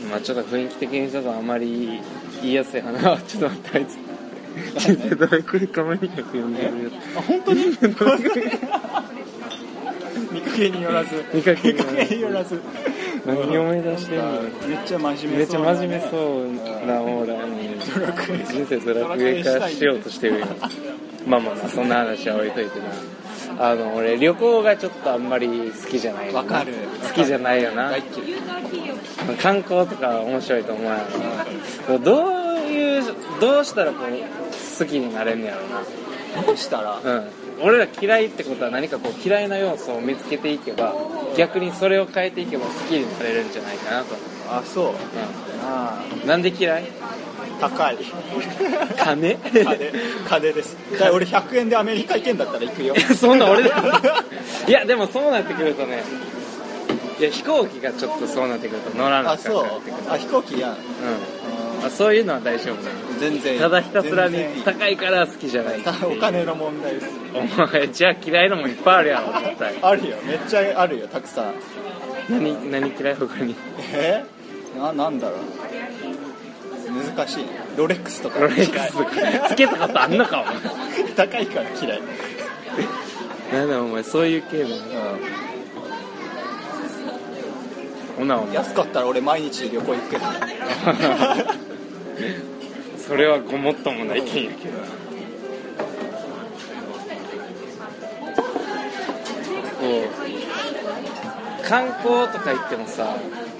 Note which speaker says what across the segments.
Speaker 1: まあちょっと雰囲気的にちょっとあんまり言いやすい話はちょっと待ってあいつ人生ドラクエカマニアク呼んでるやつ。
Speaker 2: あ、本当に見かけによらず
Speaker 1: 見かけに
Speaker 2: よらず
Speaker 1: 何を思い出してんの。
Speaker 2: めっちゃ真面目
Speaker 1: めっちゃ
Speaker 2: そうな、
Speaker 1: 真面目そうなオーラに人生ドラクエ化しようとしてるよ。まあそんな話は置いといてな。俺旅行がちょっとあんまり好きじゃない。
Speaker 2: わかる。
Speaker 1: 好きじゃないよな。
Speaker 2: 大嫌い。
Speaker 1: 観光とか面白いと思うやろな。どうしたらこう好きになれんねやろな。
Speaker 2: どうしたら？
Speaker 1: 俺ら嫌いってことは何かこう嫌いな要素を見つけていけば逆にそれを変えていけば好きになれるんじゃないかなと。
Speaker 2: あ、そう。
Speaker 1: なんで嫌い？
Speaker 2: 高い。
Speaker 1: 金
Speaker 2: です。だから俺100円でアメリカ行けんだったら行くよ。
Speaker 1: そんな俺いやでもそうなってくるとね、いや飛行機がちょっとそうなってくると乗らなくなってくる。
Speaker 2: 飛行機やん。
Speaker 1: そういうのは大丈夫なの。
Speaker 2: 全然。
Speaker 1: ただひたすらに高いから好きじゃない。
Speaker 2: お金の問題です。
Speaker 1: お前じゃあ嫌いなもんいっぱいあるやろ絶対。
Speaker 2: あるよ、めっちゃあるよ、たくさん。
Speaker 1: 何嫌い他に？
Speaker 2: なんだろう。難しい。ロレックスとか。
Speaker 1: ロレックスとかつけたことあんのかお前。
Speaker 2: 高いから嫌い。
Speaker 1: なんだお前そういう系だね。
Speaker 2: 安かったら俺毎日旅行行くけど。
Speaker 1: それはごもっともな意見やけど。こう観光とか行ってもさ、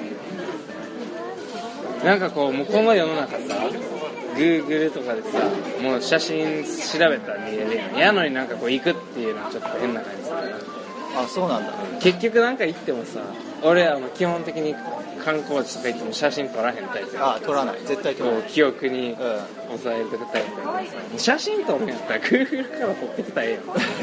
Speaker 1: なんかこうもうこの世の中さ、Google とかでさ、もう写真調べたら見えるやん。やのになんかこう行くっていうのはちょっと変な感じする。
Speaker 2: あ、そうなんだ。
Speaker 1: 結局なんか行ってもさ、俺基本的に観光地とか行っても写真撮らへんタイプ。
Speaker 2: 撮らない。絶対撮らない。
Speaker 1: 記憶に抑えるタイプだからさ、写真撮るんやったら Google から撮ってきたらええやん。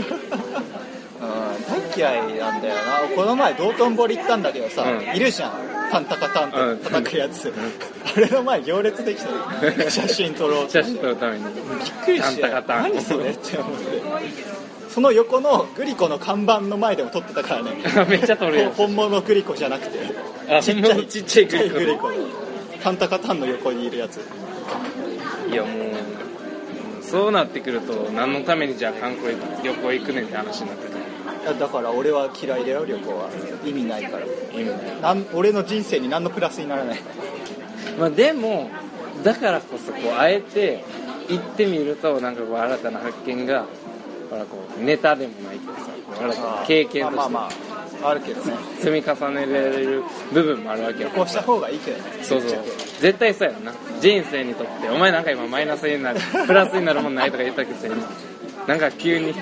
Speaker 2: 大嫌いなんだよな。この前道頓堀行ったんだけどさ、いるじゃん。タンタカタンって叩くやつ。あれの前行列できたよ。写真撮ろうと。
Speaker 1: 写真撮るために。
Speaker 2: びっくりして。何それって思って。その横のグリコの看板の前でも撮ってたからね。
Speaker 1: めっちゃ撮るよ。
Speaker 2: 本物のグリコじゃなくて、
Speaker 1: ちっちゃいグリコ。
Speaker 2: タンタカタンの横にいるやつ。
Speaker 1: いやもうそうなってくると何のためにじゃあ観光旅行行くねんって話になってくる。
Speaker 2: だから俺は嫌いだよ、旅行は。意味ないから。
Speaker 1: 意味ない。
Speaker 2: 俺の人生に何のプラスにならない。
Speaker 1: まあでもだからこそこうあえて行ってみるとなんかこう新たな発見がこうネタでもないけどさ、新たな経験として
Speaker 2: あるけどね、
Speaker 1: 積み重ねられる部分もあるわけよ。
Speaker 2: 旅行した方がいいけどね。
Speaker 1: そう絶対そうやろな。人生にとってお前なんか今マイナスになるプラスになるもんないとか言ったくせになんか急に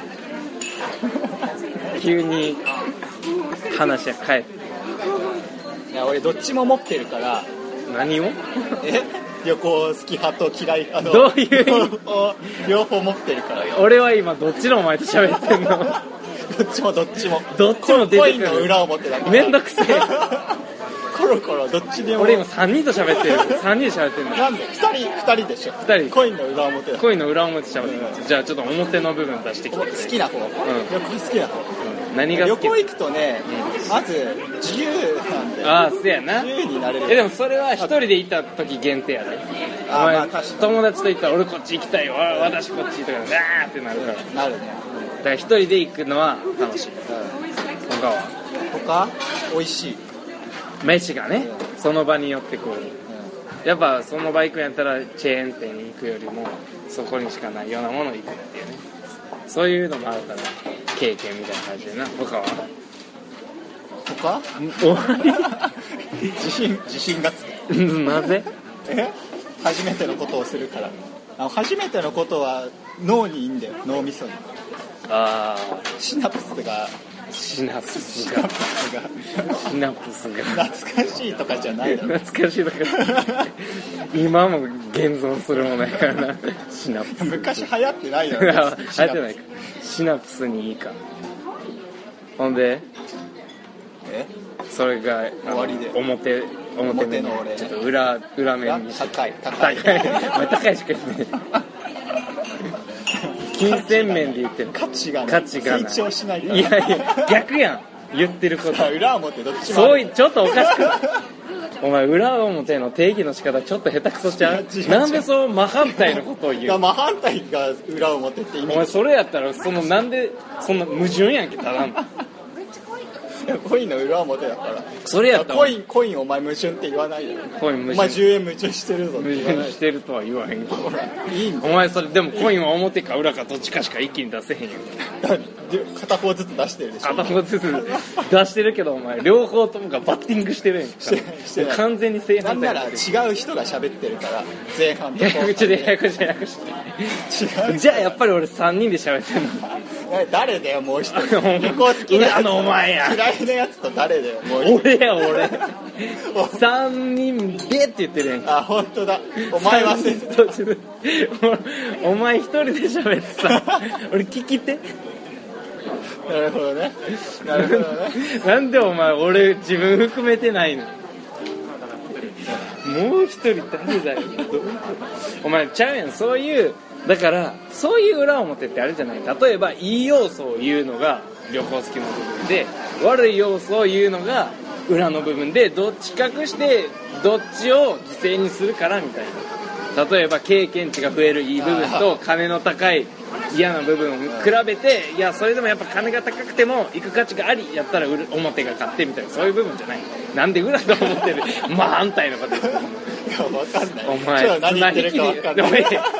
Speaker 1: 話が変えて。
Speaker 2: いや俺どっちも持ってるから。
Speaker 1: 何を？
Speaker 2: 旅行好き派と嫌い派の
Speaker 1: どういう意味？
Speaker 2: 両方持ってるから。
Speaker 1: 俺は今どっちのお前と喋ってんの？
Speaker 2: どっちも
Speaker 1: 出てくる。
Speaker 2: コインの裏を持ってたから
Speaker 1: めんどくせえ。
Speaker 2: コロコロどっちでも。
Speaker 1: 俺今3人と喋ってる。3人で喋ってるの。
Speaker 2: なんで2人でしょ。
Speaker 1: 2人。
Speaker 2: コインの裏表だ。
Speaker 1: コインの裏表喋ってる。じゃあちょっと表の部分出してきて。
Speaker 2: 好きな方。旅行好きな方。
Speaker 1: 何が好き？
Speaker 2: 旅行行くとね、まず自由なんで。
Speaker 1: ああ、そうやな。
Speaker 2: 自由になれる。
Speaker 1: でもそれは一人で行った時限定やで。お前友達と行ったら俺こっち行きたいよ、私こっちとか、わーってなるから。
Speaker 2: なるね。
Speaker 1: だから一人で行くのは楽しい。
Speaker 2: 他美味しい。
Speaker 1: 飯がね、その場によってこう。やっぱその場行くんやったらチェーン店に行くよりもそこにしかないようなものを行くっていうね。そういうのもあるから経験みたいな感じでな。他は？終わり？
Speaker 2: 自信がつく。
Speaker 1: なぜ？
Speaker 2: 初めてのことをするから。初めてのことは脳にいいんだよ、脳みそに。シナプスが
Speaker 1: 懐
Speaker 2: かしいとかじゃないだろ。
Speaker 1: 懐かしいとか今も現存するものやからな。シナプス
Speaker 2: 昔流行ってないだろ。
Speaker 1: 流行ってないか。シナプスにいいか。ほんでそれが
Speaker 2: 終わりで
Speaker 1: 表面のちょっと裏面に
Speaker 2: 高い
Speaker 1: お前高いしか言ってない。金銭面で言ってる。
Speaker 2: 価値が
Speaker 1: 成
Speaker 2: 長しないから。
Speaker 1: いや逆やん言ってること。
Speaker 2: 裏表どっちも
Speaker 1: そうちょっとおかしくない？ お前裏表の定義の仕方ちょっと下手くそちゃう？なんでその真反対のことを言う？
Speaker 2: 真反対が裏表って意味。
Speaker 1: お前それやったらなんでそんな矛盾やんけただの。
Speaker 2: コインの裏表だから。
Speaker 1: それやったら
Speaker 2: コインお前矛盾って言わないよ。
Speaker 1: コイン矛盾。
Speaker 2: お前10円矛盾してるぞって言わない。
Speaker 1: 矛盾してるとは言わへんけど。
Speaker 2: ほらいいんだ
Speaker 1: お前それでもコインは表か裏かどっちかしか一気に出せへんやん。
Speaker 2: 片方ずつ出してるでしょ。
Speaker 1: 片方ずつ出してるけどお前両方ともがバッティングしてるやん。
Speaker 2: してない
Speaker 1: 完全に正
Speaker 2: なんなら
Speaker 1: 反対
Speaker 2: 違う人が喋ってるから前半と後半
Speaker 1: ややこしいでややこしいややこし
Speaker 2: 違う
Speaker 1: い。じゃあやっぱり俺3人で喋ってんの。
Speaker 2: 誰だよもう一人旅行好きなやつ
Speaker 1: 裏のお前や。
Speaker 2: 嫌いなやつと誰だよもう一人
Speaker 1: 俺や俺。3人でって言ってるやんか。
Speaker 2: あ本当だお前忘れて
Speaker 1: 途中でお前一人で喋ってさ俺聞きて。
Speaker 2: なるほどねなるほどね
Speaker 1: なんでお前俺自分含めてないの？もう一人誰だよ。お前ちゃうやん。そういうだからそういう裏表ってあるじゃない。例えばいい要素を言うのが旅行好きの部分で悪い要素を言うのが裏の部分でどっち隠してどっちを犠牲にするからみたいな。例えば経験値が増えるいい部分と金の高い嫌な部分を比べていやそれでもやっぱ金が高くても行く価値がありやったら表が勝ってみたいなそういう部分じゃない。なんで裏と表で反対のこと言ってるの？
Speaker 2: いや分かんない
Speaker 1: お前
Speaker 2: 何言ってるか分かんない